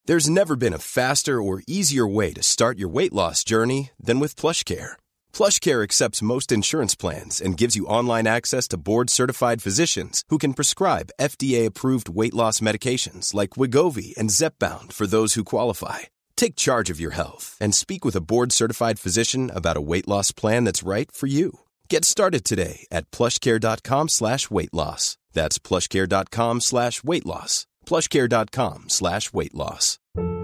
There's never been a faster or easier way to start your weight loss journey than with PlushCare. PlushCare accepts most insurance plans and gives you online access to board-certified physicians who can prescribe FDA-approved weight loss medications like Wegovy and Zepbound for those who qualify. Take charge of your health and speak with a board-certified physician about a weight loss plan that's right for you. Get started today at plushcare.com/weightloss. That's plushcare.com/weightloss. plushcare.com/weightloss.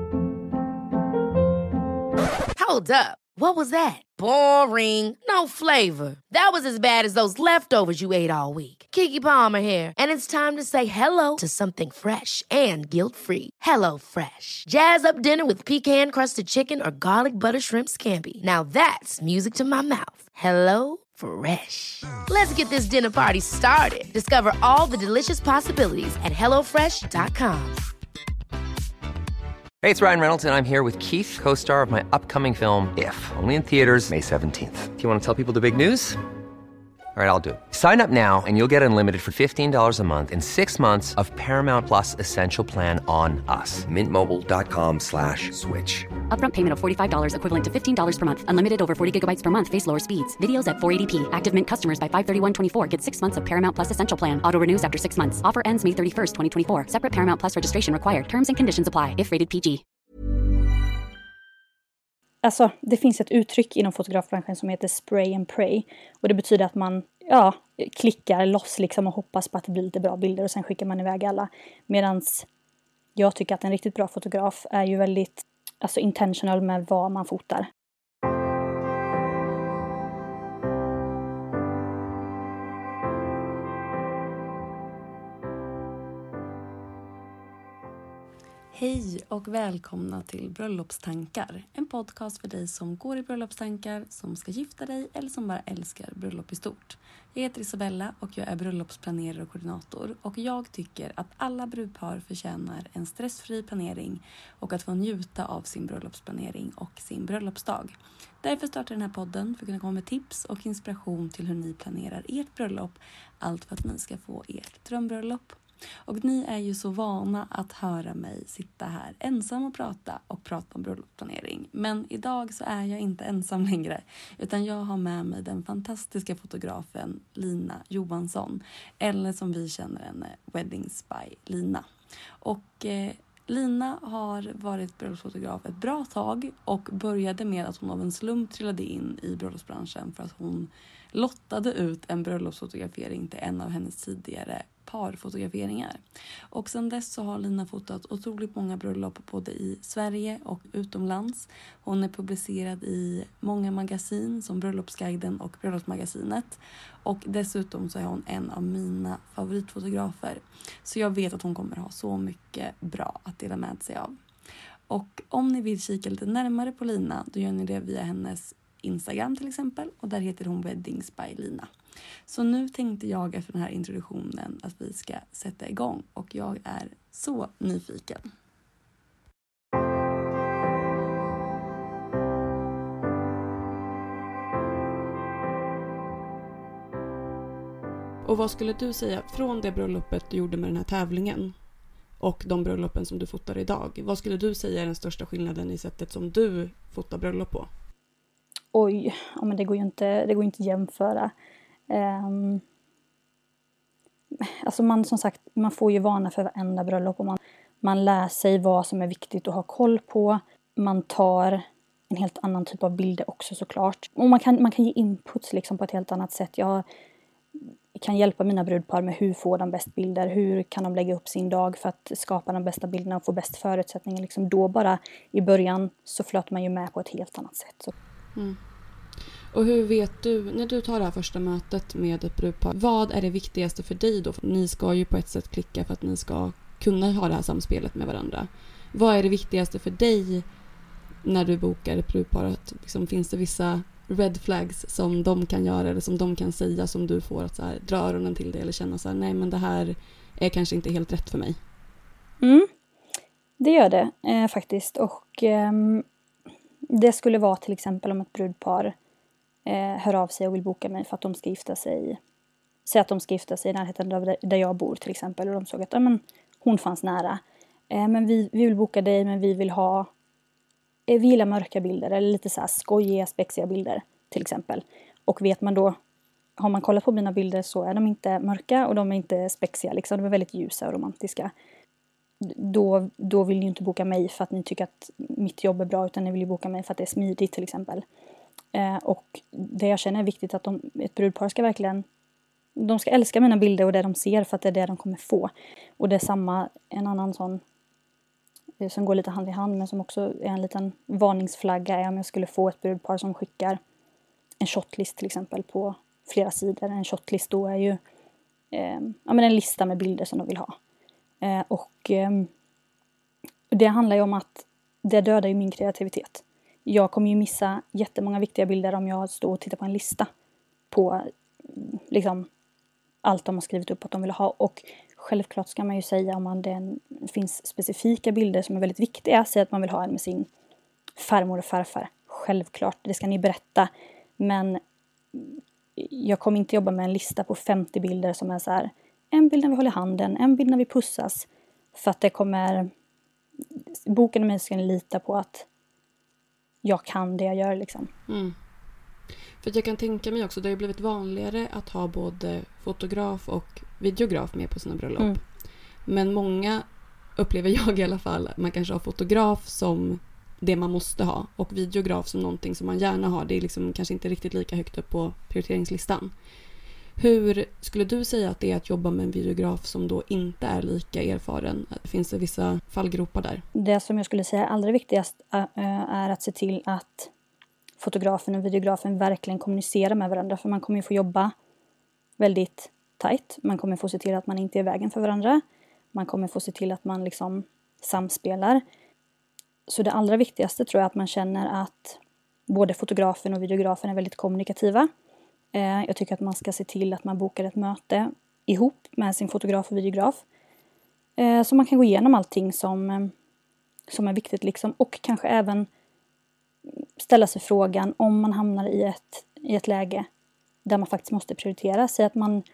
Hold up. What was that? Boring. No flavor. That was as bad as those leftovers you ate all week. Keke Palmer here, and it's time to say hello to something fresh and guilt-free. Hello Fresh. Jazz up dinner with pecan-crusted chicken or garlic butter shrimp scampi. Now that's music to my mouth. Hello Fresh. Let's get this dinner party started. Discover all the delicious possibilities at hellofresh.com. Hey, it's Ryan Reynolds, and I'm here with Keith, co-star of my upcoming film, If, only in theaters May 17th. Do you want to tell people the big news? All right, I'll do it. Sign up now and you'll get unlimited for $15 a month and 6 months of Paramount Plus Essential Plan on us. MintMobile.com/switch. Upfront payment of $45 equivalent to $15 per month. Unlimited over 40 gigabytes per month. Face lower speeds. Videos at 480p. Active Mint customers by 531.24 get 6 months of Paramount Plus Essential Plan. Auto renews after 6 months. Offer ends May 31st, 2024. Separate Paramount Plus registration required. Terms and conditions apply if rated PG. Alltså, det finns ett uttryck inom fotografbranschen som heter spray and pray. Och det betyder att man klickar loss liksom och hoppas på att det blir lite bra bilder och sen skickar man iväg alla. Medans jag tycker att en riktigt bra fotograf är ju väldigt intentional med vad man fotar. Hej och välkomna till Bröllopstankar. En podcast för dig som går i bröllopstankar, som ska gifta dig eller som bara älskar bröllop i stort. Jag heter Isabella och jag är bröllopsplanerare och koordinator. Och jag tycker att alla brudpar förtjänar en stressfri planering och att få njuta av sin bröllopsplanering och sin bröllopsdag. Därför startar den här podden för att kunna komma med tips och inspiration till hur ni planerar ert bröllop. Allt för att ni ska få ert drömbröllop. Och ni är ju så vana att höra mig sitta här ensam och prata om bröllopsplanering. Men idag så är jag inte ensam längre, utan jag har med mig den fantastiska fotografen Lina Johansson. Eller som vi känner henne, Weddings by Lina. Och Lina har varit bröllopsfotograf ett bra tag och började med att hon av en slump trillade in i bröllopsbranschen för att hon lottade ut en bröllopsfotografering till en av hennes tidigare parfotograferingar. Och sedan dess så har Lina fotat otroligt många bröllop både i Sverige och utomlands. Hon är publicerad i många magasin som Bröllopsguiden och Bröllopsmagasinet. Och dessutom så är hon en av mina favoritfotografer. Så jag vet att hon kommer ha så mycket bra att dela med sig av. Och om ni vill kika lite närmare på Lina, då gör ni det via hennes Instagram till exempel. Och där heter hon Weddings by Lina. Så nu tänkte jag efter den här introduktionen att vi ska sätta igång. Och jag är så nyfiken. Och vad skulle du säga från det bröllopet du gjorde med den här tävlingen och de bröllopen som du fotar idag? Vad skulle du säga är den största skillnaden i sättet som du fotar bröllop på? Oj, men det går ju inte att jämföra. Man får ju vana för varenda bröllop och man lär sig vad som är viktigt att ha koll på. Man tar en helt annan typ av bilder också såklart. Och man kan ge inputs liksom på ett helt annat sätt. Jag kan hjälpa mina brudpar med hur får de bäst bilder. Hur kan de lägga upp sin dag för att skapa de bästa bilderna och få bäst förutsättningar. Liksom då bara i början så flöt man ju med på ett helt annat sätt. Så. Mm. Och hur vet du, när du tar det här första mötet med ett brudpar, vad är det viktigaste för dig då? För ni ska ju på ett sätt klicka för att ni ska kunna ha det här samspelet med varandra. Vad är det viktigaste för dig när du bokar ett brudpar? Liksom, finns det vissa red flags som de kan göra eller som de kan säga som du får att så här, dra öronen till det eller känna så här, nej men det här är kanske inte helt rätt för mig? Det gör det faktiskt. Och det skulle vara till exempel om ett brudpar hör av sig och vill boka mig för att de ska gifta sig. Säg att de ska gifta sig i närheten där jag bor till exempel. Och de såg att hon fanns nära. Men vi vill boka dig, men vi gillar mörka bilder eller lite så här skojiga, spexiga bilder till exempel. Och vet man då, har man kollat på mina bilder så är de inte mörka och de är inte spexiga liksom. De är väldigt ljusa och romantiska. Då vill ni inte boka mig för att ni tycker att mitt jobb är bra, utan ni vill ju boka mig för att det är smidigt till exempel. Och det jag känner är viktigt att ett brudpar ska verkligen, de ska älska mina bilder och det de ser, för att det är det de kommer få. Och det är samma, en annan sån som går lite hand i hand men som också är en liten varningsflagga är om jag skulle få ett brudpar som skickar en shotlist till exempel på flera sidor. En shotlist då är ju en lista med bilder som de vill ha. Det handlar ju om att det dödar ju min kreativitet. Jag kommer ju missa jättemånga viktiga bilder om jag står och tittar på en lista på liksom allt de har skrivit upp att de vill ha. Och självklart ska man ju säga om det finns specifika bilder som är väldigt viktiga. Säg att man vill ha en med sin farmor och farfar. Självklart, det ska ni berätta. Men jag kommer inte jobba med en lista på 50 bilder som är så här: en bild när vi håller handen, en bild när vi pussas. För att det kommer, boken och mig ska ni lita på att jag kan det jag gör liksom. För att jag kan tänka mig också, det har ju blivit vanligare att ha både fotograf och videograf med på sina bröllop. Men många, upplever jag i alla fall, man kanske har fotograf som det man måste ha och videograf som någonting som man gärna har. Det är liksom kanske inte riktigt lika högt upp på prioriteringslistan. Hur skulle du säga att det är att jobba med en videograf som då inte är lika erfaren? Finns det vissa fallgropar där? Det som jag skulle säga allra viktigast är att se till att fotografen och videografen verkligen kommunicerar med varandra. För man kommer ju få jobba väldigt tajt. Man kommer få se till att man inte är i vägen för varandra. Man kommer få se till att man liksom samspelar. Så det allra viktigaste tror jag att man känner att både fotografen och videografen är väldigt kommunikativa. Jag tycker att man ska se till att man bokar ett möte ihop med sin fotograf och videograf. Så man kan gå igenom allting som är viktigt liksom. Och kanske även ställa sig frågan om man hamnar i ett läge där man faktiskt måste prioritera. Säg att man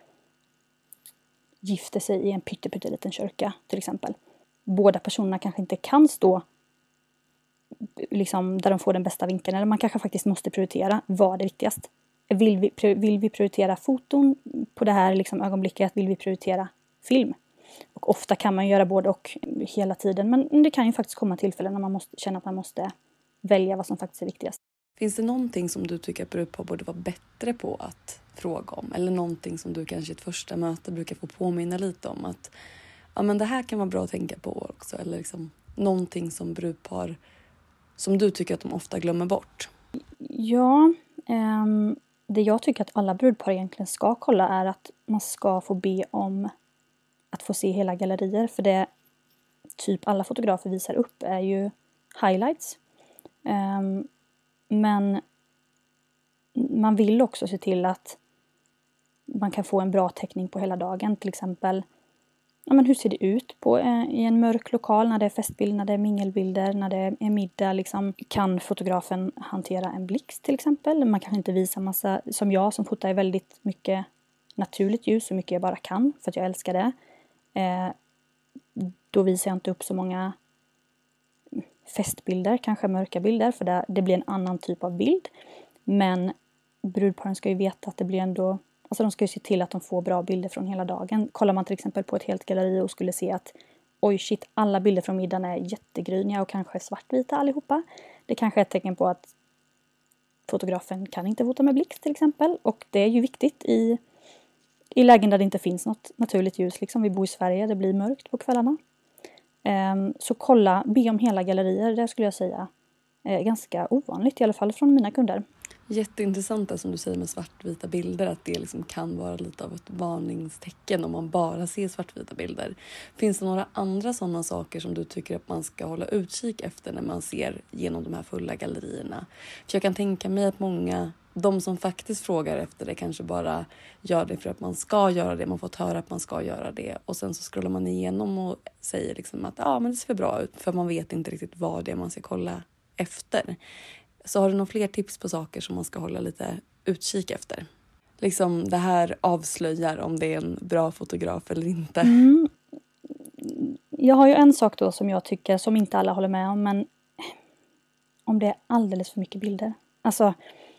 gifter sig i en pytteliten kyrka till exempel. Båda personerna kanske inte kan stå liksom, där de får den bästa vinkeln. Eller man kanske faktiskt måste prioritera. Vad är viktigast? Vill vi prioritera foton på det här liksom, ögonblicket? Vill vi prioritera film? Och ofta kan man göra både och hela tiden. Men det kan ju faktiskt komma tillfällen när man måste känna att man måste välja vad som faktiskt är viktigast. Finns det någonting som du tycker att brudpar borde vara bättre på att fråga om? Eller någonting som du kanske i ett första möte brukar få påminna lite om? Att ja, men det här kan vara bra att tänka på också. Eller liksom, någonting som brudpar som du tycker att de ofta glömmer bort? Ja, det jag tycker att alla brudpar egentligen ska kolla är att man ska få be om att få se hela gallerier. För det typ alla fotografer visar upp är ju highlights. Men man vill också se till att man kan få en bra täckning på hela dagen. Till exempel, ja, men hur ser det ut i en mörk lokal när det är festbild, när det är mingelbilder, när det är middag. Liksom. Kan fotografen hantera en blixt till exempel? Man kan inte visa massa, som jag som fotar är väldigt mycket naturligt ljus, så mycket jag bara kan för att jag älskar det. Då visar jag inte upp så många festbilder, kanske mörka bilder, för det blir en annan typ av bild. Men brudparen ska ju veta att det blir ändå, alltså de ska ju se till att de får bra bilder från hela dagen. Kollar man till exempel på ett helt galleri och skulle se att oj shit, alla bilder från middagen är jättegryniga och kanske svartvita allihopa. Det kanske är ett tecken på att fotografen kan inte fota med blixt till exempel. Och det är ju viktigt i lägen där det inte finns något naturligt ljus. Liksom vi bor i Sverige, det blir mörkt på kvällarna. Så be om hela gallerier, det skulle jag säga är ganska ovanligt, i alla fall från mina kunder. Jätteintressant det som du säger med svartvita bilder, att det liksom kan vara lite av ett varningstecken om man bara ser svartvita bilder. Finns det några andra sådana saker som du tycker att man ska hålla utkik efter när man ser genom de här fulla gallerierna? För jag kan tänka mig att många, de som faktiskt frågar efter det, kanske bara gör det för att man ska göra det. Man får höra att man ska göra det. Och sen så scrollar man igenom och säger liksom att ja, men det ser för bra ut. För man vet inte riktigt vad det är man ska kolla efter. Så har du några fler tips på saker som man ska hålla lite utkik efter? Liksom det här avslöjar om det är en bra fotograf eller inte. Jag har ju en sak då som jag tycker, som inte alla håller med om, men om det är alldeles för mycket bilder. Alltså,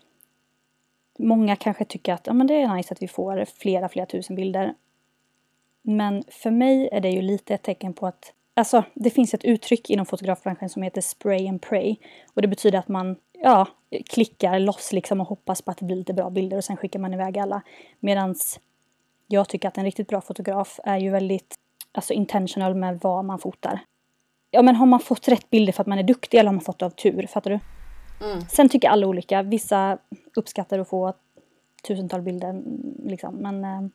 många kanske tycker att men det är nice att vi får flera tusen bilder. Men för mig är det ju lite ett tecken på att, alltså det finns ett uttryck inom fotografbranschen som heter spray and pray. Och det betyder att man klickar loss liksom och hoppas på att det blir lite bra bilder och sen skickar man iväg alla. Medans jag tycker att en riktigt bra fotograf är ju väldigt intentional med vad man fotar. Ja, men har man fått rätt bilder för att man är duktig eller har man fått det av tur, fattar du? Sen tycker alla olika. Vissa uppskattar att få tusentals bilder liksom. Men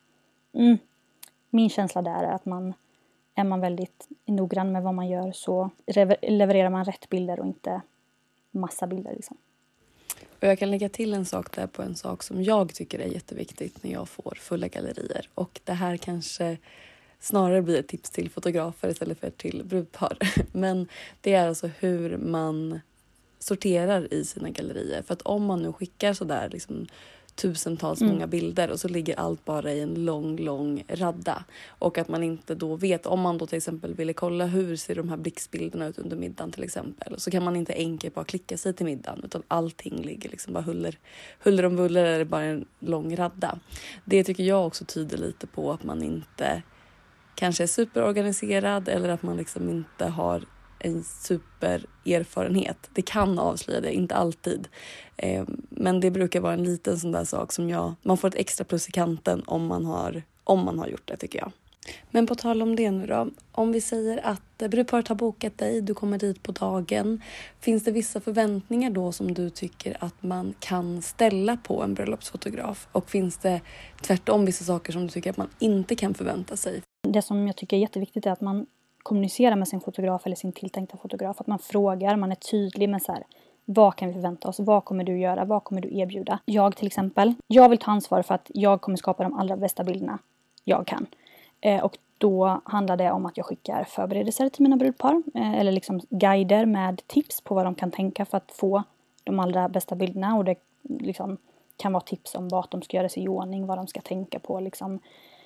min känsla där är att är man väldigt noggrann med vad man gör så levererar man rätt bilder och inte massa bilder liksom. Och jag kan lägga till en sak där på en sak som jag tycker är jätteviktigt när jag får fulla gallerier. Och det här kanske snarare blir ett tips till fotografer istället för till brudpar. Men det är alltså hur man sorterar i sina gallerier. För att om man nu skickar sådär liksom tusentals många bilder och så ligger allt bara i en lång radda. Och att man inte då vet, om man då till exempel ville kolla hur ser de här blixtbilderna ut under middagen till exempel. Så kan man inte enkelt bara klicka sig till middagen utan allting ligger liksom bara huller om buller eller bara en lång radda. Det tycker jag också tyder lite på att man inte kanske är superorganiserad eller att man liksom inte har en supererfarenhet. Det kan avslöja det, inte alltid. Men det brukar vara en liten sån där sak som man får ett extra plus i kanten om man har gjort det, tycker jag. Men på tal om det nu då. Om vi säger att brudparet har bokat dig, du kommer dit på dagen. Finns det vissa förväntningar då som du tycker att man kan ställa på en bröllopsfotograf? Och finns det tvärtom vissa saker som du tycker att man inte kan förvänta sig? Det som jag tycker är jätteviktigt är att man kommunicerar med sin fotograf eller sin tilltänkta fotograf. Att man frågar, man är tydlig med så här, vad kan vi förvänta oss? Vad kommer du göra? Vad kommer du erbjuda? Jag till exempel, jag vill ta ansvar för att jag kommer skapa de allra bästa bilderna jag kan. Och då handlar det om att jag skickar förberedelser till mina brudpar. Eller liksom guider med tips på vad de kan tänka för att få de allra bästa bilderna. Och det liksom kan vara tips om vad de ska göra sig i ordning, vad de ska tänka på liksom.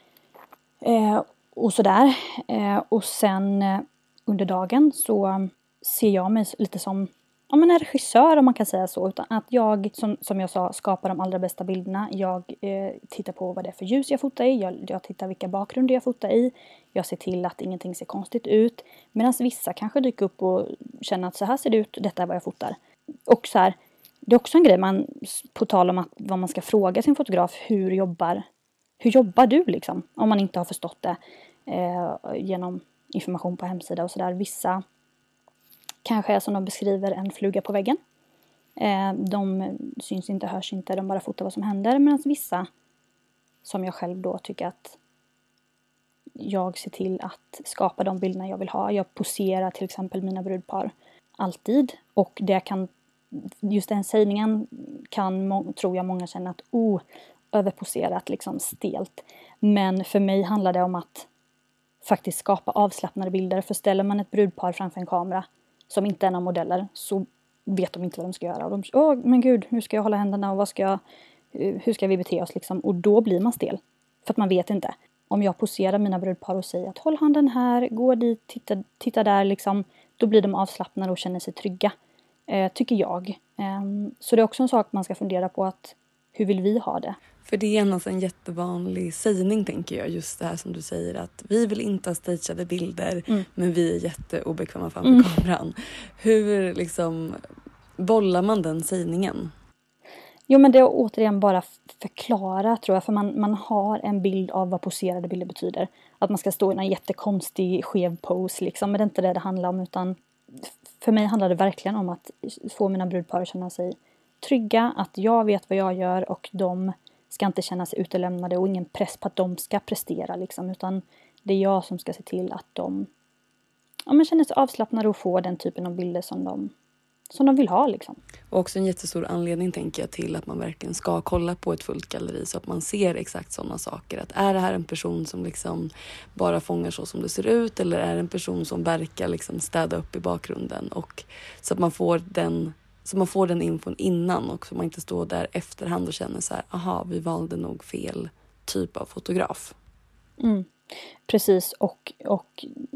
Och sådär. Och sen under dagen så ser jag mig lite som en regissör, om man kan säga så. Utan att jag, som jag sa, skapar de allra bästa bilderna. Jag tittar på vad det är för ljus jag fotar i. Jag tittar vilka bakgrunder jag fotar i. Jag ser till att ingenting ser konstigt ut. Medan vissa kanske dyker upp och känner att så här ser det ut, detta är vad jag fotar. Och så här, det är också en grej, på tal om vad man ska fråga sin fotograf, hur jobbar du liksom? Om man inte har förstått det genom information på hemsida och sådär. Vissa kanske är som de beskriver en fluga på väggen. De syns inte, hörs inte, de bara fotar vad som händer. Medan vissa, som jag själv då, tycker att jag ser till att skapa de bilderna jag vill ha. Jag poserar till exempel mina brudpar alltid. Och just den sägningen tror jag många känner att överposerat, liksom stelt. Men för mig handlar det om att faktiskt skapa avslappnade bilder. För ställer man ett brudpar framför en kamera som inte är några modeller, så vet de inte vad de ska göra. Och de men gud, hur ska jag hålla händerna och hur ska vi bete oss liksom? Och då blir man stel. För att man vet inte. Om jag poserar mina brudpar och säger att håll handen här, gå dit, titta där liksom. Då blir de avslappnade och känner sig trygga. Tycker jag. Så det är också en sak man ska fundera på, att hur vill vi ha det? För det är annars en jättevanlig sägning, tänker jag. Just det här som du säger, att vi vill inte ha stageade bilder, men vi är jätteobekväma framför kameran. Hur liksom bollar man den sägningen? Jo, men det är återigen bara förklara, tror jag. För man har en bild av vad poserade bilder betyder. Att man ska stå i en jättekonstig skev pose liksom. Men det är inte det handlar om, utan för mig handlar det verkligen om att få mina brudpar att känna sig trygga. Att jag vet vad jag gör och de ska inte känna sig utelämnade och ingen press på att de ska prestera liksom. Utan det är jag som ska se till att de känner sig avslappnade och får den typen av bilder som de vill ha liksom. Och också en jättestor anledning, tänker jag, till att man verkligen ska kolla på ett fullt galleri så att man ser exakt sådana saker. Att är det här en person som liksom bara fångar så som det ser ut, eller är det en person som verkar liksom städa upp i bakgrunden, och så att man får den infon innan, och så man inte står där efterhand och känner så här, aha, vi valde nog fel typ av fotograf. Precis, och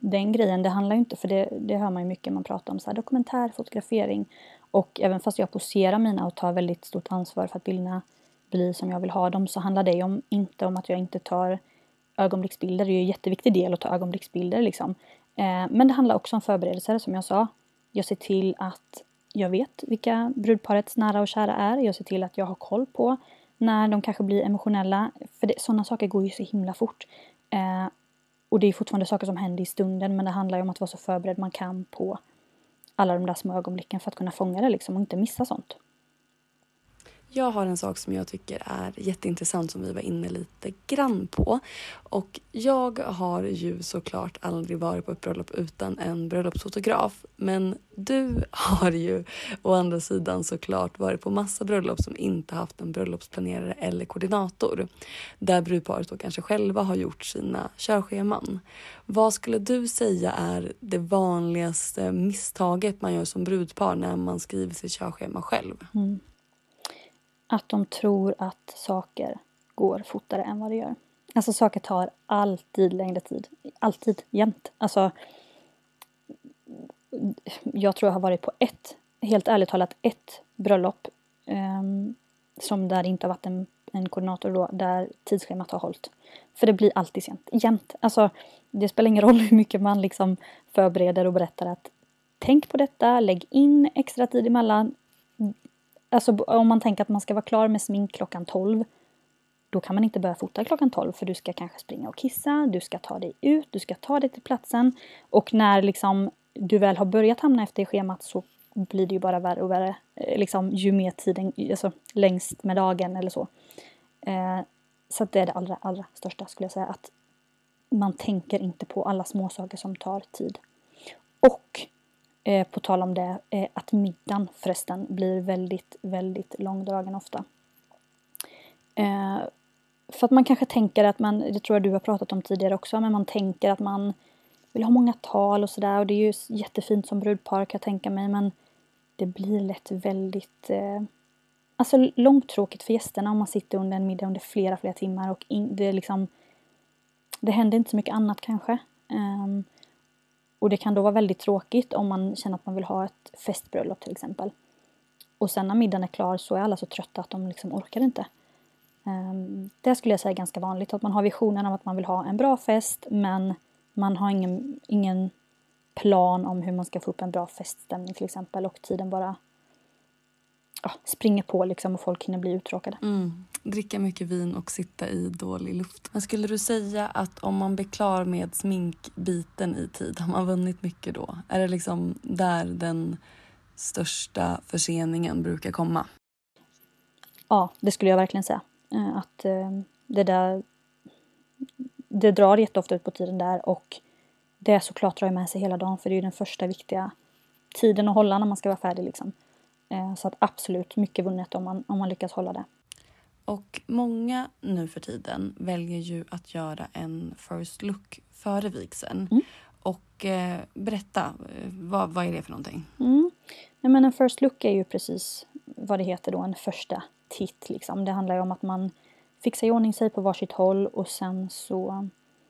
den grejen, det handlar ju inte, för det hör man ju mycket man pratar om, så här, dokumentärfotografering. Och även fast jag poserar mina och tar väldigt stort ansvar för att bilderna blir som jag vill ha dem, så handlar det inte om att jag inte tar ögonblicksbilder. Det är ju en jätteviktig del att ta ögonblicksbilder liksom. Men det handlar också om förberedelser, som jag sa. Jag ser till att jag vet vilka brudparets nära och kära är. Jag ser till att jag har koll på när de kanske blir emotionella. För sådana saker går ju så himla fort. Och det är fortfarande saker som händer i stunden. Men det handlar ju om att vara så förberedd man kan på alla de där små ögonblicken för att kunna fånga det liksom och inte missa sånt. Jag har en sak som jag tycker är jätteintressant som vi var inne lite grann på. Och jag har ju såklart aldrig varit på ett bröllop utan en bröllopsfotograf. Men du har ju å andra sidan såklart varit på massa bröllop som inte haft en bröllopsplanerare eller koordinator. Där brudparet då kanske själva har gjort sina körscheman. Vad skulle du säga är det vanligaste misstaget man gör som brudpar när man skriver sitt körschema själv? Att de tror att saker går fortare än vad det gör. Alltså saker tar alltid längre tid. Alltid, jämt. Alltså, jag tror jag har varit på helt ärligt talat ett bröllop. Som där det inte har varit en koordinator då, där tidsschemat har hållit. För det blir alltid sent. Jämt. Alltså, det spelar ingen roll hur mycket man liksom förbereder och berättar att tänk på detta, lägg in extra tid emellan. Alltså om man tänker att man ska vara klar med smink klockan 12. Då kan man inte börja fota klockan 12. För du ska kanske springa och kissa. Du ska ta dig ut. Du ska ta dig till platsen. Och när liksom du väl har börjat hamna efter i schemat. Så blir det ju bara värre och värre. Liksom ju mer tiden, alltså längst med dagen eller så. Så att det är det allra största skulle jag säga. Att man tänker inte på alla små saker som tar tid. Och på tal om det, att middagen förresten blir väldigt, väldigt långdragen ofta. För att man kanske tänker att det tror jag du har pratat om tidigare också, men man tänker att man vill ha många tal och sådär. Och det är ju jättefint som brudpar kan jag tänka mig, men det blir lätt väldigt långtråkigt för gästerna om man sitter under en middag under flera timmar och det händer inte så mycket annat kanske. Och det kan då vara väldigt tråkigt om man känner att man vill ha ett festbröllop till exempel. Och sen när middagen är klar så är alla så trötta att de liksom orkar inte. Det skulle jag säga är ganska vanligt. Att man har visionen av att man vill ha en bra fest. Men man har ingen plan om hur man ska få upp en bra feststämning till exempel. Och tiden bara springer på liksom och folk hinner bli uttråkade. Dricka mycket vin och sitta i dålig luft. Men skulle du säga att om man blir klar med sminkbiten i tid, har man vunnit mycket då? Är det liksom där den största förseningen brukar komma? Ja, det skulle jag verkligen säga. Att det drar jätteofta ut på tiden där, och det såklart drar med sig hela dagen, för det är ju den första viktiga tiden att hålla när man ska vara färdig liksom. Så att absolut mycket vunnet om man lyckas hålla det. Och många nu för tiden väljer ju att göra en first look före vigseln. Och berätta, vad är det för någonting? Nej, men en first look är ju precis vad det heter då, en första titt liksom. Det handlar ju om att man fixar i ordning sig på varsitt håll och sen så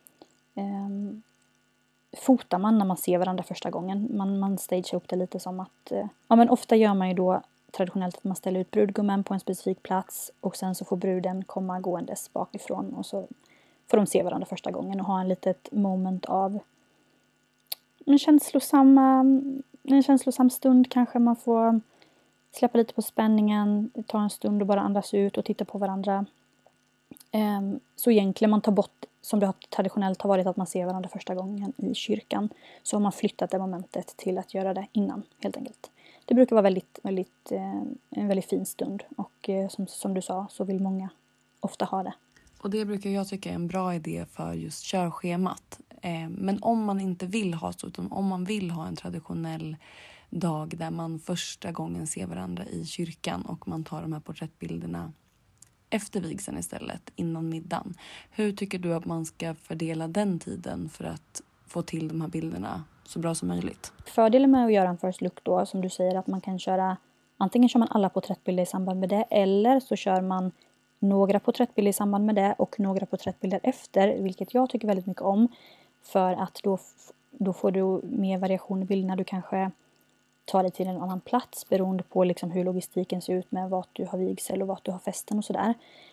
fotar man när man ser varandra första gången. Man stagear upp det lite som att men ofta gör man ju då traditionellt att man ställer ut brudgummen på en specifik plats och sen så får bruden komma gåendes bakifrån och så får de se varandra första gången och ha en litet moment av en känslosam stund. Kanske man får släppa lite på spänningen, ta en stund och bara andas ut och titta på varandra. Så egentligen man tar bort, som det traditionellt har varit att man ser varandra första gången i kyrkan, så har man flyttat det momentet till att göra det innan helt enkelt. Det brukar vara en väldigt fin stund och som du sa så vill många ofta ha det. Och det brukar jag tycka är en bra idé för just körschemat. Men om man inte vill ha så, utan om man vill ha en traditionell dag där man första gången ser varandra i kyrkan och man tar de här porträttbilderna efter vigseln istället, innan middagen. Hur tycker du att man ska fördela den tiden för att få till de här bilderna så bra som möjligt? Fördelen med att göra en first look då, som du säger, att man kan köra, antingen kör man alla porträttbilder i samband med det, eller så kör man några porträttbilder i samband med det och några porträttbilder efter, vilket jag tycker väldigt mycket om, för att då Då får du mer variation i bilderna. Du kanske tar dig till en annan plats beroende på liksom hur logistiken ser ut med vart du har vigsel och vart du har festen och sådär.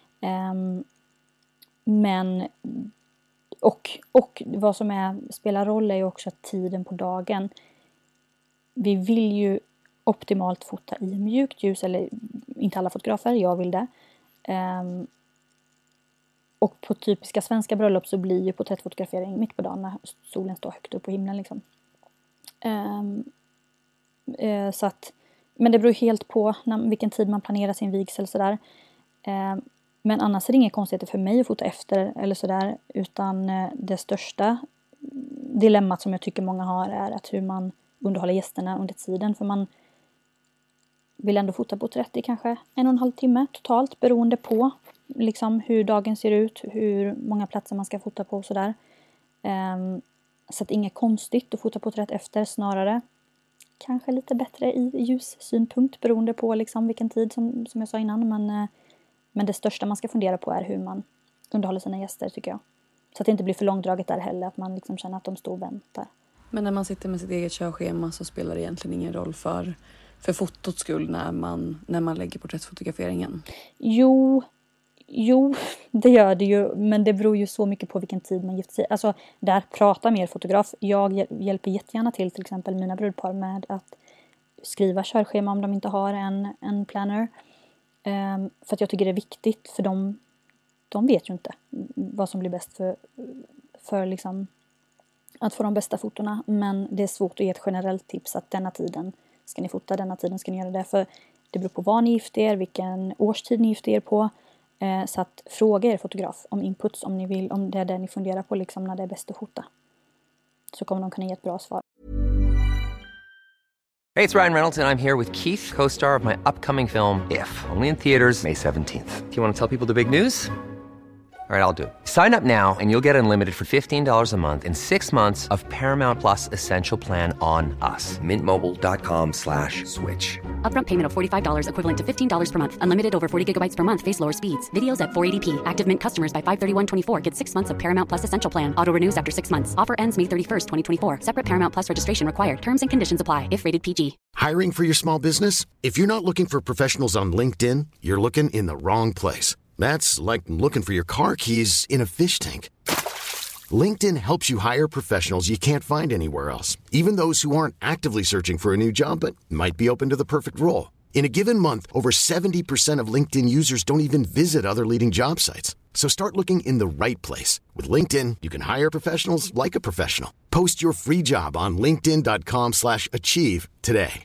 Men och vad som spelar roll är ju också tiden på dagen. Vi vill ju optimalt fota i mjukt ljus, eller inte alla fotografer, jag vill det. Och på typiska svenska bröllop så blir ju porträttfotografering mitt på dagen när solen står högt upp på himlen liksom. Så att, men det beror helt på vilken tid man planerar sin vigsel sådär. Men annars är det inga konstigheter för mig att fota efter eller sådär, utan det största dilemmat som jag tycker många har är att hur man underhåller gästerna under tiden, för man vill ändå fota porträtt i kanske 1,5 timme totalt, beroende på liksom hur dagen ser ut, hur många platser man ska fota på och sådär. Så att inget konstigt att fota porträtt efter, snarare kanske lite bättre i ljussynpunkt beroende på liksom vilken tid som jag sa innan. Men det största man ska fundera på är hur man underhåller sina gäster, tycker jag. Så att det inte blir för långdraget där heller, att man liksom känner att de står och väntar. Men när man sitter med sitt eget körschema så spelar det egentligen ingen roll för fotots skull när man lägger porträttfotograferingen? Jo, det gör det ju. Men det beror ju så mycket på vilken tid man gifter sig. Alltså, där pratar mer fotograf. Jag hjälper jättegärna till exempel mina brudpar med att skriva körschema om de inte har en planner. För att jag tycker det är viktigt, för de vet ju inte vad som blir bäst för liksom att få de bästa fotorna. Men det är svårt att ge ett generellt tips att denna tiden ska ni fota, denna tiden ska ni göra det. För det beror på vad ni gifter er, vilken årstid ni gifter er på. Så att fråga er fotograf om inputs, om ni vill, om det är det ni funderar på liksom, när det är bäst att fota. Så kommer de kunna ge ett bra svar. Hey, it's Ryan Reynolds, and I'm here with Keith, co-star of my upcoming film, If, only in theaters May 17th. Do you want to tell people the big news? All right, I'll do it. Sign up now and you'll get unlimited for $15 a month and 6 months of Paramount Plus Essential Plan on us. Mintmobile.com/switch. Upfront payment of $45 equivalent to $15 per month. Unlimited over 40 gigabytes per month. Face lower speeds. Videos at 480p. Active Mint customers by 531.24 get 6 months of Paramount Plus Essential Plan. Auto renews after 6 months. Offer ends May 31st, 2024. Separate Paramount Plus registration required. Terms and conditions apply if rated PG. Hiring for your small business? If you're not looking for professionals on LinkedIn, you're looking in the wrong place. That's like looking for your car keys in a fish tank. LinkedIn helps you hire professionals you can't find anywhere else, even those who aren't actively searching for a new job but might be open to the perfect role. In a given month, over 70% of LinkedIn users don't even visit other leading job sites. So start looking in the right place. With LinkedIn, you can hire professionals like a professional. Post your free job on linkedin.com/achieve today.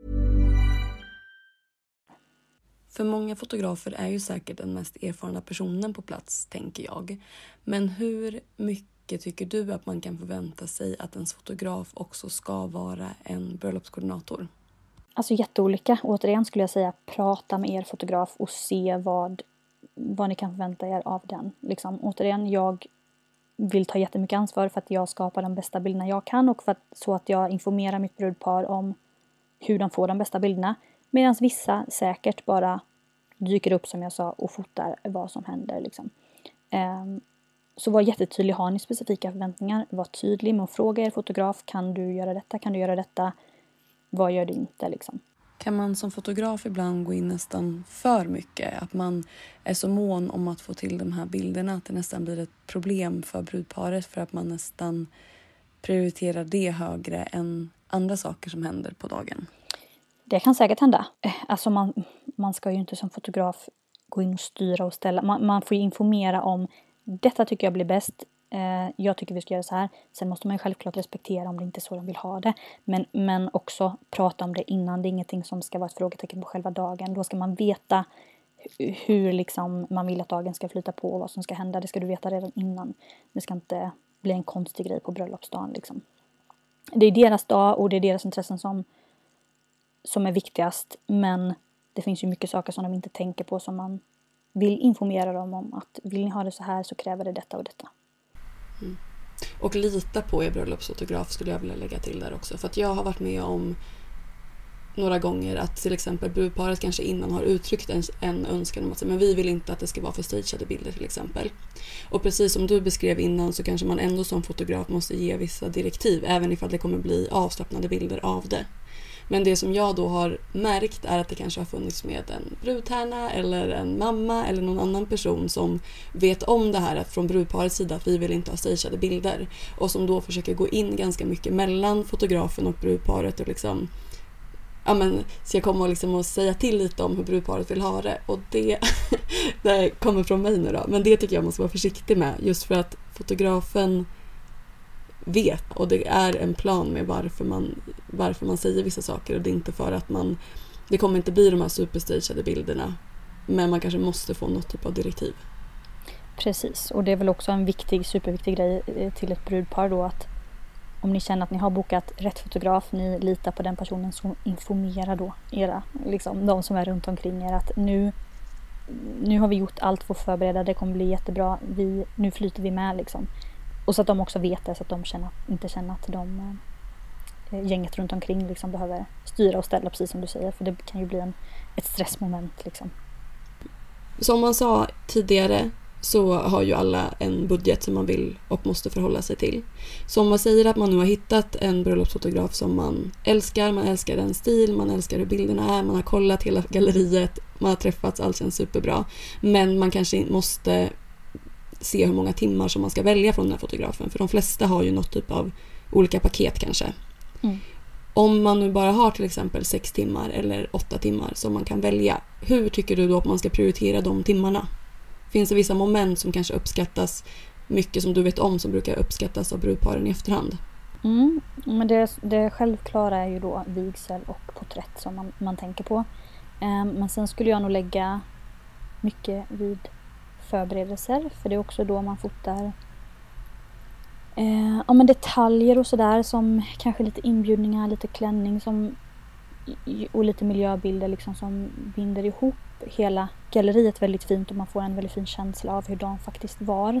För många fotografer är ju säkert den mest erfarna personen på plats, tänker jag. Men hur mycket tycker du att man kan förvänta sig att ens fotograf också ska vara en bröllopskoordinator? Alltså jätteolika. Återigen skulle jag säga, prata med er fotograf och se vad ni kan förvänta er av den. Liksom, återigen, jag vill ta jättemycket ansvar för att jag skapar de bästa bilderna jag kan och så att jag informerar mitt brudpar om hur de får de bästa bilderna. Medan vissa säkert bara dyker upp, som jag sa, och fotar vad som händer. Liksom. Så var jättetydlig, har ni specifika förväntningar? Var tydlig med att fråga er fotograf, kan du göra detta? Kan du göra detta? Vad gör du inte? Liksom. Kan man som fotograf ibland gå in nästan för mycket? Att man är så mån om att få till de här bilderna att det nästan blir ett problem för brudparet för att man nästan prioriterar det högre än andra saker som händer på dagen? Det kan säkert hända. Alltså man ska ju inte som fotograf gå in och styra och ställa. Man får ju informera om, detta tycker jag blir bäst. Jag tycker vi ska göra så här. Sen måste man ju självklart respektera om det inte är så de vill ha det. Men också prata om det innan. Det är ingenting som ska vara ett frågetecken på själva dagen. Då ska man veta hur liksom man vill att dagen ska flyta på och vad som ska hända. Det ska du veta redan innan. Det ska inte bli en konstig grej på bröllopsdagen. Liksom. Det är deras dag och det är deras intressen som är viktigast. Men det finns ju mycket saker som de inte tänker på som man vill informera dem om. Att vill ni ha det så här så kräver det detta och detta. Mm. Och lita på er bröllopsfotograf skulle jag vilja lägga till där också. För att jag har varit med om några gånger att till exempel brudparet kanske innan har uttryckt en önskan om att men vi vill inte att det ska vara för stageade bilder till exempel. Och precis som du beskrev innan så kanske man ändå som fotograf måste ge vissa direktiv även ifall det kommer bli avslappnade bilder av det. Men det som jag då har märkt är att det kanske har funnits med en brudtärna eller en mamma eller någon annan person som vet om det här att från brudparets sida att vi vill inte ha stageade bilder och som då försöker gå in ganska mycket mellan fotografen och brudparet och liksom ska komma och, liksom och säga till lite om hur brudparet vill ha det och det kommer från mig nu då, men det tycker jag måste vara försiktig med just för att fotografen vet och det är en plan med varför man säger vissa saker och det är inte för att det kommer inte bli de här superstageade bilderna men man kanske måste få något typ av direktiv. Precis, och det är väl också en superviktig grej till ett brudpar då att om ni känner att ni har bokat rätt fotograf, ni litar på den personen som informerar då era, liksom de som är runt omkring er att nu har vi gjort allt för att förbereda, det kommer bli jättebra, nu flyter vi med liksom. Och så att de också vet det så att de inte känner att gänget runt omkring liksom behöver styra och ställa precis som du säger för det kan ju bli ett stressmoment liksom. Som man sa tidigare så har ju alla en budget som man vill och måste förhålla sig till. Så om man säger att man nu har hittat en bröllopsfotograf som man älskar den stil, man älskar hur bilderna är, man har kollat hela galleriet, man har träffats, allt känns superbra. Men man kanske måste se hur många timmar som man ska välja från den här fotografen. För de flesta har ju något typ av olika paket kanske. Mm. Om man nu bara har till exempel 6 timmar eller 8 timmar som man kan välja, hur tycker du då att man ska prioritera de timmarna? Finns det vissa moment som kanske uppskattas mycket som du vet om som brukar uppskattas av brudparen i efterhand? Men det självklara är ju då vigsel och porträtt som man tänker på. Men sen skulle jag nog lägga mycket vid förberedelser för det är också då man fotar detaljer och sådär som kanske lite inbjudningar, lite klänning och lite miljöbilder liksom som binder ihop hela galleriet väldigt fint och man får en väldigt fin känsla av hur de faktiskt var.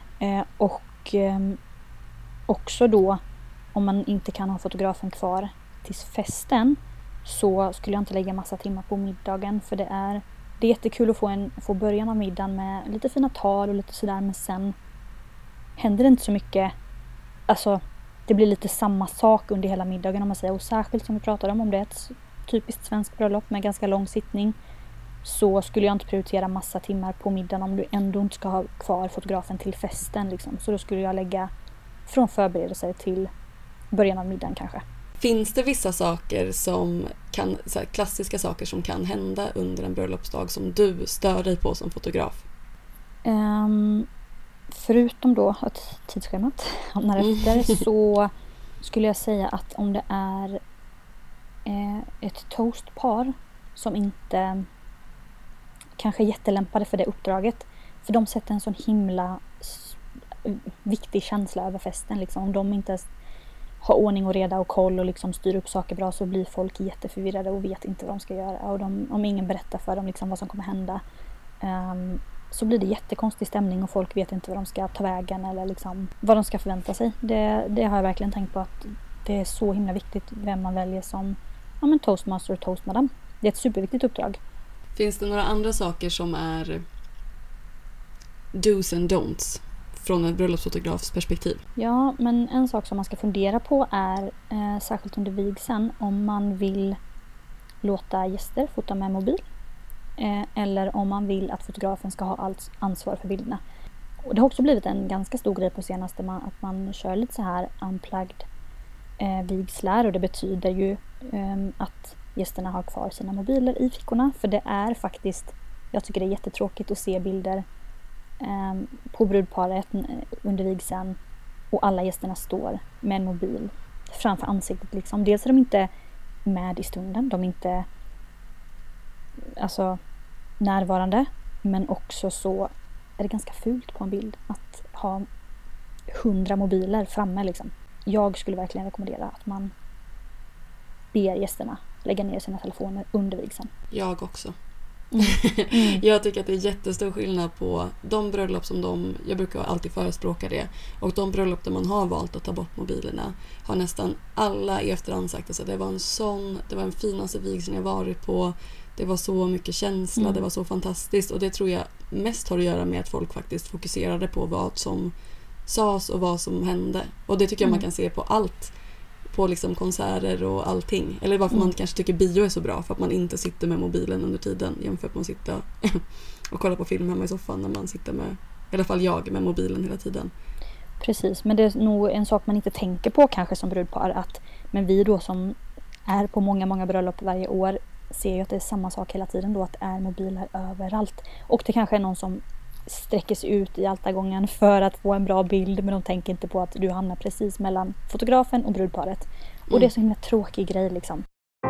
Också då om man inte kan ha fotografen kvar tills festen så skulle jag inte lägga massa timmar på middagen för det är jättekul att få början av middagen med lite fina tal och lite sådär men sen händer det inte så mycket. Alltså det blir lite samma sak under hela middagen om man säger och särskilt som vi pratade om det är ett typiskt svenskt bröllop med ganska lång sittning så skulle jag inte prioritera massa timmar på middagen om du ändå inte ska ha kvar fotografen till festen liksom. Så då skulle jag lägga från förberedelser till början av middagen kanske. Finns det vissa saker som kan, så här, klassiska saker som kan hända under en bröllopsdag som du stör dig på som fotograf? Förutom då att tidsschemat hamnar efter så skulle jag säga att om det är ett toastpar som inte kanske är jättelämpade för det uppdraget för de sätter en sån himla viktig känsla över festen liksom. Om de inte har ordning och reda och koll och liksom styr upp saker bra så blir folk jätteförvirrade och vet inte vad de ska göra och om ingen berättar för dem liksom vad som kommer hända så blir det jättekonstig stämning och folk vet inte vad de ska ta vägen eller liksom vad de ska förvänta sig. Det har jag verkligen tänkt på att det är så himla viktigt vem man väljer som toastmaster och toastmadam. Det är ett superviktigt uppdrag. Finns det några andra saker som är do's and don'ts från en bröllopsfotografs perspektiv? Ja, men en sak som man ska fundera på är särskilt under vigseln om man vill låta gäster fota med mobil eller om man vill att fotografen ska ha allt ansvar för bilderna. Och det har också blivit en ganska stor grej på senaste att man kör lite så här unplugged vigslar och det betyder ju att gästerna har kvar sina mobiler i fickorna för det är faktiskt, jag tycker det är jättetråkigt att se bilder på brudparet under vigseln och alla gästerna står med en mobil framför ansiktet liksom. Dels är de inte med i stunden, de är inte närvarande men också så är det ganska fult på en bild att ha 100 mobiler framme liksom. Jag skulle verkligen rekommendera att man ber gästerna lägga ner sina telefoner under vigseln. Jag också. Jag tycker att det är jättestor skillnad på de bröllop som jag brukar alltid förespråka det, och de bröllop där man har valt att ta bort mobilerna har nästan alla i efterhand sagt att det var den finaste vigseln jag varit på. Det var så mycket känsla, det var så fantastiskt, och det tror jag mest har att göra med att folk faktiskt fokuserade på vad som sades och vad som hände. Och det tycker jag man kan se på allt, på liksom konserter och allting. Eller varför man kanske tycker bio är så bra, för att man inte sitter med mobilen under tiden jämfört med att sitta och kolla på film hemma i soffan när man sitter med, i alla fall jag, med mobilen hela tiden. Precis, men det är nog en sak man inte tänker på kanske som brudpar, att men vi då som är på många bröllop varje år ser ju att det är samma sak hela tiden då, att det är mobiler överallt. Och det kanske är någon som sträcker sig ut i altargången för att få en bra bild, men de tänker inte på att du hamnar precis mellan fotografen och brudparet. Och det är så himla tråkig grej liksom.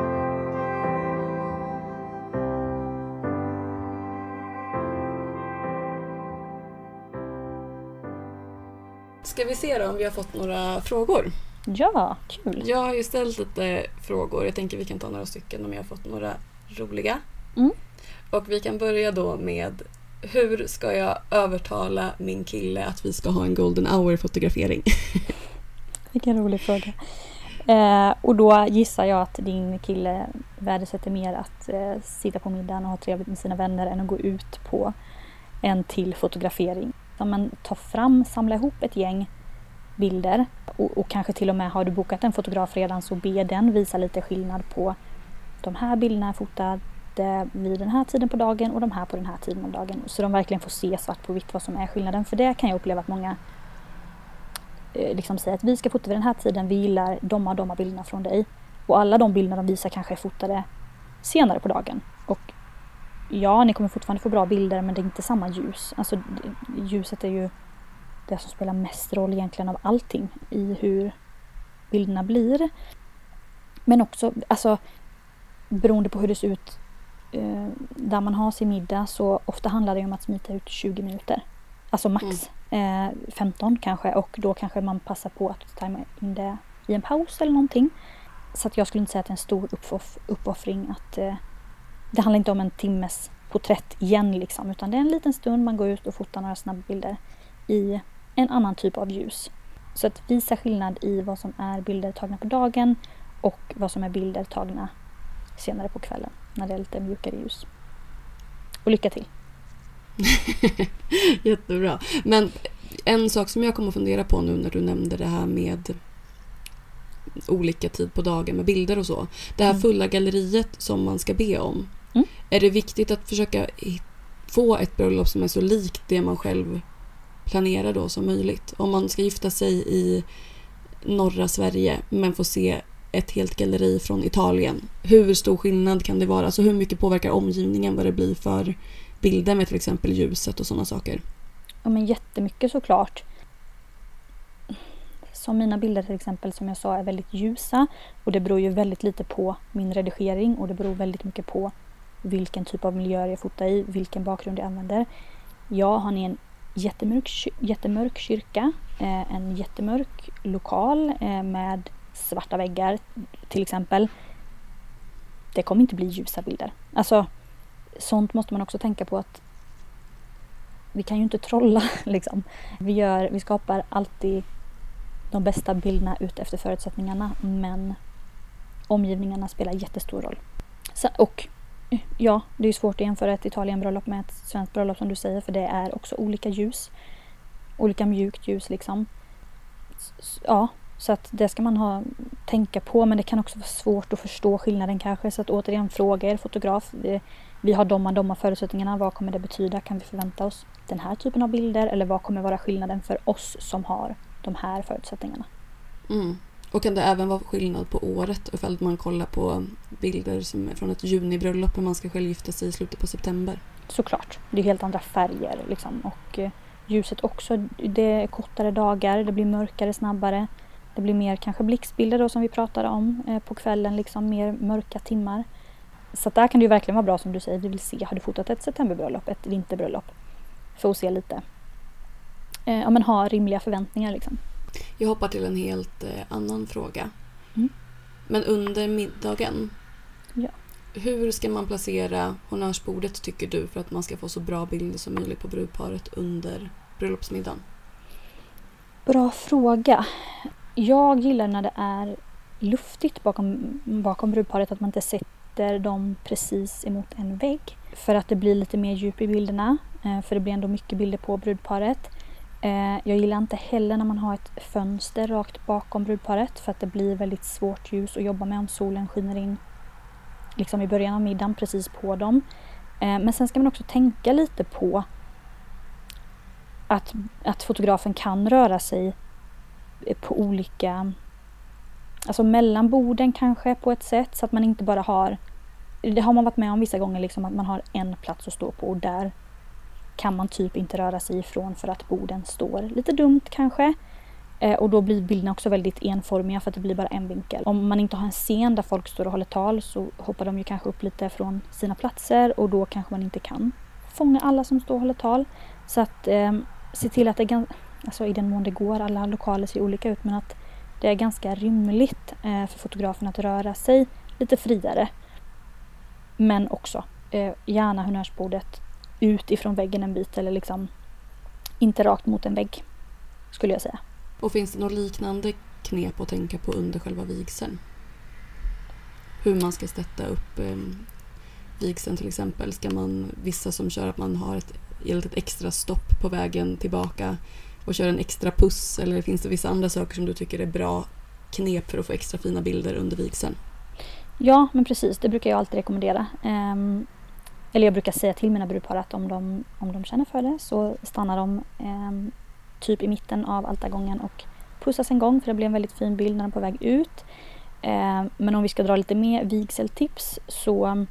Ska vi se då om vi har fått några frågor? Ja, kul. Jag har ju ställt lite frågor. Jag tänker vi kan ta några stycken om jag har fått några roliga. Och vi kan börja då med: hur ska jag övertala min kille att vi ska ha en golden hour-fotografering? Vilken rolig fråga. Och då gissar jag att din kille värdesätter mer att sitta på middagen och ha trevligt med sina vänner än att gå ut på en till fotografering. Så man tar fram, samlar ihop ett gäng bilder och kanske till och med har du bokat en fotograf redan, så be den visa lite skillnad på de här bilderna är fotade vid den här tiden på dagen och de här på den här tiden av dagen. Så de verkligen får se svart på vitt vad som är skillnaden. För det kan jag uppleva att många liksom säger att vi ska fota vid den här tiden, vi gillar de bilderna från dig. Och alla de bilderna de visar kanske är fotade senare på dagen. Och ja, ni kommer fortfarande få bra bilder, men det är inte samma ljus. Alltså ljuset är ju det som spelar mest roll egentligen av allting i hur bilderna blir. Men också, alltså beroende på hur det ser ut där man har sin middag, så ofta handlar det om att smita ut 20 minuter. Alltså max 15 kanske, och då kanske man passar på att ta in det i en paus eller någonting. Så att jag skulle inte säga att det är en stor uppoffring att det handlar inte om en timmes porträtt igen liksom, utan det är en liten stund man går ut och fotar några snabba bilder i en annan typ av ljus. Så att visa skillnad i vad som är bilder tagna på dagen och vad som är bilder tagna senare på kvällen när det är lite mjukare ljus. Och lycka till! Jättebra. Men en sak som jag kommer att fundera på nu när du nämnde det här med olika tid på dagen med bilder och så. Det här fulla galleriet som man ska be om. Är det viktigt att försöka få ett bröllop som är så likt det man själv planerar då som möjligt? Om man ska gifta sig i norra Sverige men får se ett helt galleri från Italien. Hur stor skillnad kan det vara? Alltså hur mycket påverkar omgivningen vad det blir för bilder med till exempel ljuset och sådana saker? Ja, men jättemycket såklart. Som mina bilder till exempel, som jag sa, är väldigt ljusa. Och det beror ju väldigt lite på min redigering. Och det beror väldigt mycket på vilken typ av miljö jag fotar i. Vilken bakgrund jag använder. Har ni en jättemörk kyrka. En jättemörk lokal med svarta väggar till exempel. Det kommer inte bli ljusa bilder. Alltså, sånt måste man också tänka på, att vi kan ju inte trolla liksom. Vi skapar alltid de bästa bilderna ut efter förutsättningarna, men omgivningarna spelar jättestor roll. Och ja, det är svårt att jämföra ett Italienbröllop med ett svenskt bröllop som du säger, för det är också olika ljus. Olika mjukt ljus liksom. Ja, så att det ska man tänka på, men det kan också vara svårt att förstå skillnaden kanske. Så att återigen, fråga er fotograf. Vi har de förutsättningarna. Vad kommer det betyda? Kan vi förvänta oss den här typen av bilder? Eller vad kommer vara skillnaden för oss som har de här förutsättningarna? Och kan det även vara skillnad på året ifall man kollar på bilder som är från ett junibröllop och man ska själv gifta sig i slutet på september? Såklart. Det är helt andra färger liksom. Och ljuset också. Det är kortare dagar. Det blir mörkare snabbare. Det blir mer kanske blixtbilder då, som vi pratade om på kvällen. Liksom mer mörka timmar. Så att där kan det ju verkligen vara bra som du säger. Vi vill se, har du fotat ett septemberbröllop, ett vinterbröllop? För att se lite. Men ha rimliga förväntningar liksom. Jag hoppar till en helt annan fråga. Men under middagen, Hur ska man placera honnörsbordet tycker du för att man ska få så bra bilder som möjligt på brudparet under bröllopsmiddagen? Bra fråga. Jag gillar när det är luftigt bakom brudparet, att man inte sätter dem precis emot en vägg. För att det blir lite mer djup i bilderna. För det blir ändå mycket bilder på brudparet. Jag gillar inte heller när man har ett fönster rakt bakom brudparet. För att det blir väldigt svårt ljus att jobba med om solen skiner in liksom i början av middagen precis på dem. Men sen ska man också tänka lite på att fotografen kan röra sig på olika, alltså mellan borden kanske på ett sätt, så att man inte bara har, det har man varit med om vissa gånger liksom, att man har en plats att stå på och där kan man typ inte röra sig ifrån för att borden står lite dumt kanske. Och då blir bilderna också väldigt enformiga för att det blir bara en vinkel. Om man inte har en scen där folk står och håller tal så hoppar de ju kanske upp lite från sina platser och då kanske man inte kan fånga alla som står och håller tal. Så att se till att det, alltså i den mån det går, alla lokaler ser olika ut, men att det är ganska rymligt för fotografen att röra sig lite friare. Men också gärna honnörsbordet ut ifrån väggen en bit eller liksom inte rakt mot en vägg skulle jag säga. Och finns det något liknande knep att tänka på under själva vigseln? Hur man ska sätta upp vigseln till exempel. Ska man, vissa som kör att man har ett extra stopp på vägen tillbaka och kör en extra puss, eller finns det vissa andra saker som du tycker är bra knep för att få extra fina bilder under vigseln? Ja, men precis. Det brukar jag alltid rekommendera. Eller jag brukar säga till mina brudpar att om de känner för det så stannar de typ i mitten av altargången och pussas en gång, för det blir en väldigt fin bild när de är på väg ut. Men om vi ska dra lite mer vigseltips så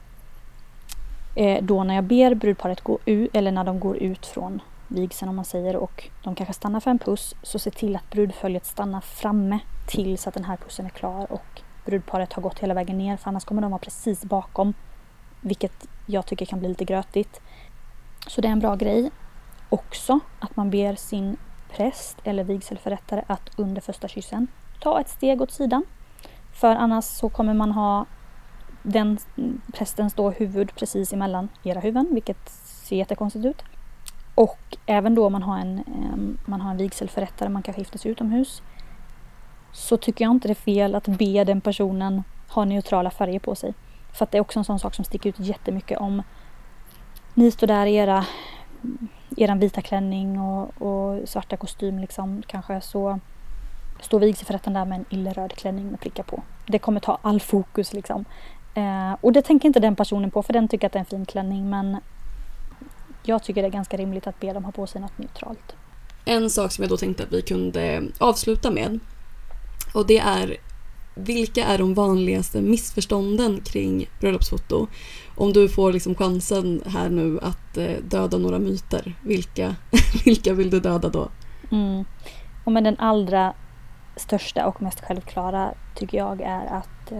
då när jag ber brudparet gå ut, eller när de går ut från vigseln om man säger, och de kanske stannar för en puss, så se till att brudföljet stannar framme tills att den här pussen är klar och brudparet har gått hela vägen ner, för annars kommer de vara precis bakom, vilket jag tycker kan bli lite grötigt. Så det är en bra grej. Också att man ber sin präst eller vigselförrättare att under första kyssen ta ett steg åt sidan. För annars så kommer man ha den prästen stå huvud precis emellan era huvuden, vilket ser jättekonstigt ut. Och även då man har en vigselförrättare, man kanske gifter sig utomhus, så tycker jag inte det är fel att be den personen ha neutrala färger på sig. För att det är också en sån sak som sticker ut jättemycket. Om ni står där i eran vita klänning och svarta kostym liksom, kanske så står vigselförrättaren där med en illröd klänning med prickar på. Det kommer ta all fokus liksom. Och det tänker inte den personen på, för den tycker att det är en fin klänning, men jag tycker det är ganska rimligt att be dem ha på sig något neutralt. En sak som jag då tänkte att vi kunde avsluta med, och det är: vilka är de vanligaste missförstånden kring bröllopsfoto? Om du får liksom chansen här nu att döda några myter, vilka vill du döda då? Och men den allra största och mest självklara tycker jag är att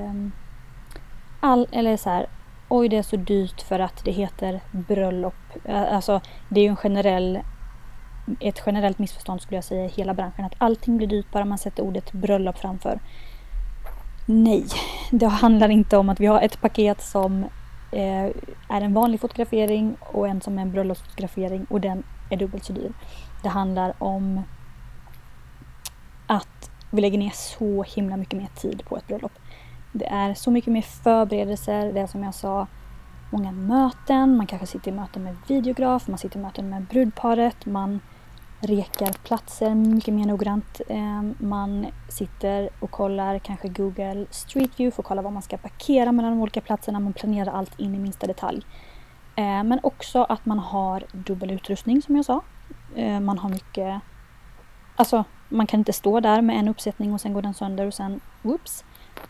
oj, det är så dyrt för att det heter bröllop. Alltså det är ju ett generellt missförstånd skulle jag säga i hela branschen, att allting blir dyrt bara man sätter ordet bröllop framför. Nej, det handlar inte om att vi har ett paket som är en vanlig fotografering och en som är en bröllopsfotografering, och den är dubbelt så dyr. Det handlar om att vi lägger ner så himla mycket mer tid på ett bröllop. Det är så mycket mer förberedelser, det är som jag sa, många möten, man kanske sitter i möten med videograf, man sitter i möten med brudparet, man rekar platser mycket mer noggrant. Man sitter och kollar kanske Google Street View för att kolla vad man ska parkera mellan de olika platserna. Man planerar allt in i minsta detalj. Men också att man har dubbel utrustning som jag sa. Man har mycket... Alltså man kan inte stå där med en uppsättning och sen går den sönder och sen whoops.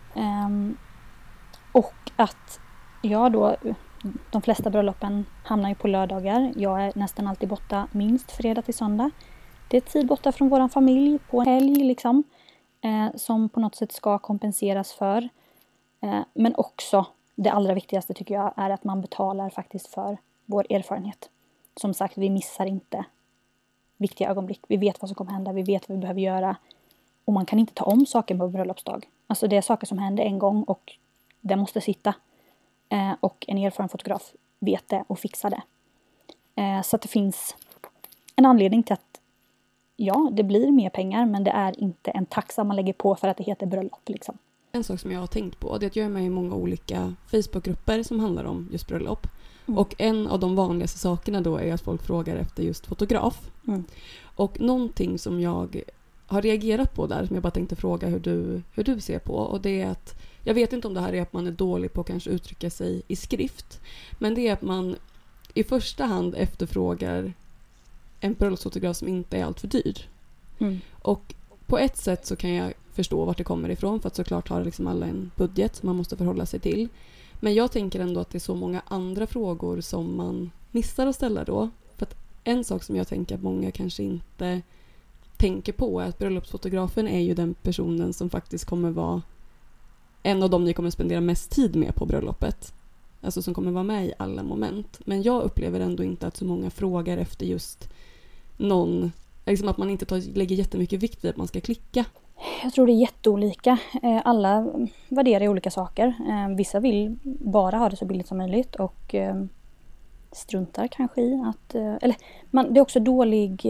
Och att de flesta bröllopen hamnar ju på lördagar. Jag är nästan alltid borta minst fredag till söndag. Det är tid borta från våran familj på en helg liksom. Som på något sätt ska kompenseras för. Men också det allra viktigaste tycker jag är att man betalar faktiskt för vår erfarenhet. Som sagt, vi missar inte viktiga ögonblick. Vi vet vad som kommer hända, vi vet vad vi behöver göra. Och man kan inte ta om saker på bröllopsdag. Alltså det är saker som händer en gång och det måste sitta. Och en erfaren fotograf vet det och fixar det. Så att det finns en anledning till att det blir mer pengar, men det är inte en taxa man lägger på för att det heter bröllop liksom. En sak som jag har tänkt på, det är att jag är med i många olika Facebookgrupper som handlar om just bröllop. Och en av de vanligaste sakerna då är att folk frågar efter just fotograf. Och någonting som jag har reagerat på där, som jag bara tänkte fråga hur du ser på, och det är att jag vet inte om det här är att man är dålig på att kanske uttrycka sig i skrift, men det är att man i första hand efterfrågar en bröllopsfotograf som inte är allt för dyr. Och på ett sätt så kan jag förstå vart det kommer ifrån, för att såklart har liksom alla en budget som man måste förhålla sig till. Men jag tänker ändå att det är så många andra frågor som man missar att ställa då. För att en sak som jag tänker att många kanske inte tänker på är att bröllopsfotografen är ju den personen som faktiskt kommer vara en av dem ni kommer spendera mest tid med på bröllopet. Alltså som kommer vara med i alla moment. Men jag upplever ändå inte att så många frågar efter just någon, liksom att man inte lägger jättemycket vikt vid att man ska klicka. Jag tror det är jätteolika. Alla värderar olika saker. Vissa vill bara ha det så billigt som möjligt och struntar kanske i att... det är också dålig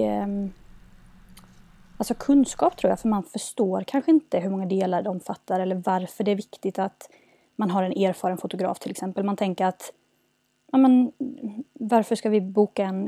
kunskap tror jag, för man förstår kanske inte hur många delar de omfattar eller varför det är viktigt att man har en erfaren fotograf till exempel. Man tänker att varför ska vi boka en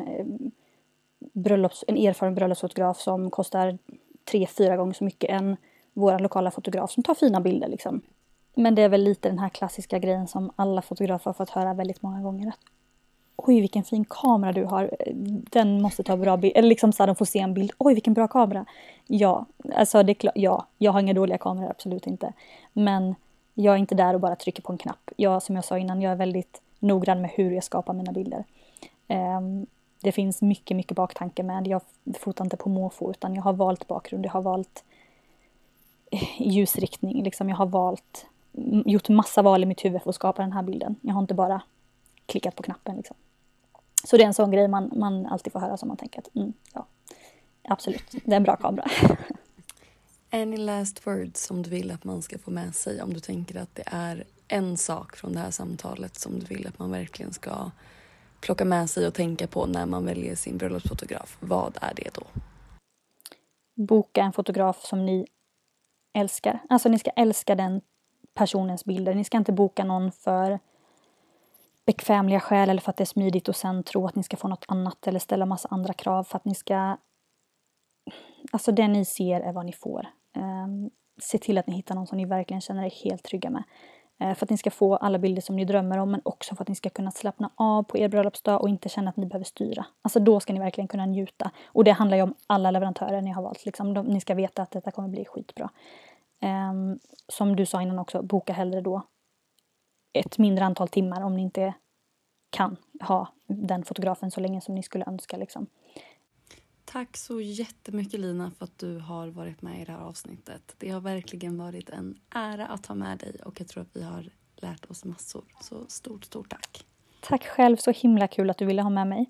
erfaren bröllopsfotograf som kostar 3-4 gånger så mycket än vår lokala fotograf som tar fina bilder liksom. Men det är väl lite den här klassiska grejen som alla fotografer har fått höra väldigt många gånger. Att, oj, vilken fin kamera du har. Den måste ta bra bild. Eller liksom så här, de får se en bild. Oj, vilken bra kamera. Ja, alltså det är klart. Ja, jag har inga dåliga kameror, absolut inte. Men jag är inte där och bara trycker på en knapp. Som jag sa innan, jag är väldigt noggrann med hur jag skapar mina bilder. Det finns mycket, mycket baktanke med. Jag fotar inte på måfå, utan jag har valt bakgrund. Jag har valt ljusriktning. Liksom. Jag har gjort massa val i mitt huvud för att skapa den här bilden. Jag har inte bara klickat på knappen. Liksom. Så det är en sån grej man alltid får höra som man tänker att ja, absolut, det är en bra kamera. Any last words som du vill att man ska få med sig, om du tänker att det är en sak från det här samtalet som du vill att man verkligen ska plocka med sig och tänka på när man väljer sin bröllopsfotograf. Vad är det då? Boka en fotograf som ni älskar. Alltså ni ska älska den personens bilder. Ni ska inte boka någon för bekvämliga skäl eller för att det är smidigt och sen tro att ni ska få något annat eller ställa massa andra krav för att ni ska... Alltså det ni ser är vad ni får. Se till att ni hittar någon som ni verkligen känner er helt trygga med. För att ni ska få alla bilder som ni drömmer om, men också för att ni ska kunna slappna av på er bröllopsdag och inte känna att ni behöver styra. Alltså då ska ni verkligen kunna njuta. Och det handlar ju om alla leverantörer ni har valt. Liksom, ni ska veta att detta kommer bli skitbra. Som du sa innan också, boka hellre då ett mindre antal timmar om ni inte kan ha den fotografen så länge som ni skulle önska. Liksom. Tack så jättemycket Lina för att du har varit med i det här avsnittet. Det har verkligen varit en ära att ha med dig och jag tror att vi har lärt oss massor. Så stort tack. Tack själv, så himla kul att du ville ha med mig.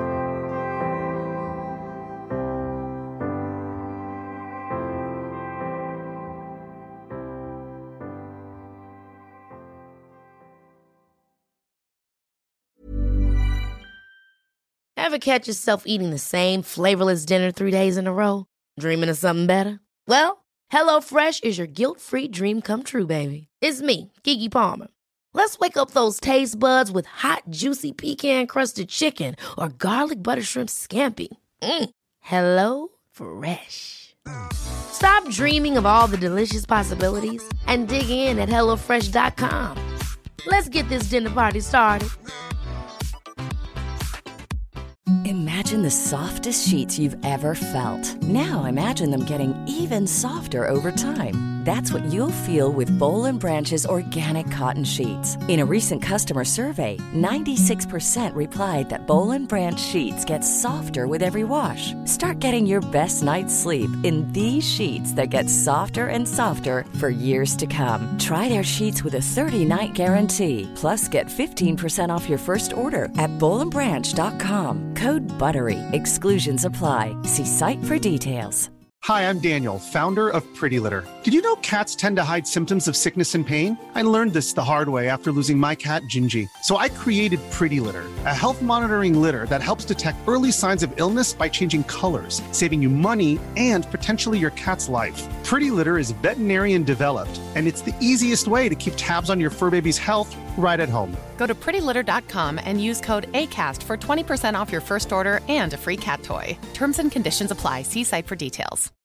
Ever catch yourself eating the same flavorless dinner 3 days in a row? Dreaming of something better? Well, HelloFresh is your guilt-free dream come true, baby. It's me, Keke Palmer. Let's wake up those taste buds with hot, juicy pecan-crusted chicken or garlic butter shrimp scampi. Hello Fresh. Stop dreaming of all the delicious possibilities and dig in at HelloFresh.com. Let's get this dinner party started. Imagine the softest sheets you've ever felt. Now imagine them getting even softer over time. That's what you'll feel with Boll & Branch's organic cotton sheets. In a recent customer survey, 96% replied that Boll & Branch sheets get softer with every wash. Start getting your best night's sleep in these sheets that get softer and softer for years to come. Try their sheets with a 30-night guarantee. Plus, get 15% off your first order at bollandbranch.com. Code BUTTERY. Exclusions apply. See site for details. Hi, I'm Daniel, founder of Pretty Litter. Did you know cats tend to hide symptoms of sickness and pain? I learned this the hard way after losing my cat, Gingy. So I created Pretty Litter, a health monitoring litter that helps detect early signs of illness by changing colors, saving you money and potentially your cat's life. Pretty Litter is veterinarian developed, and it's the easiest way to keep tabs on your fur baby's health right at home. Go to prettylitter.com and use code ACAST for 20% off your first order and a free cat toy. Terms and conditions apply. See site for details.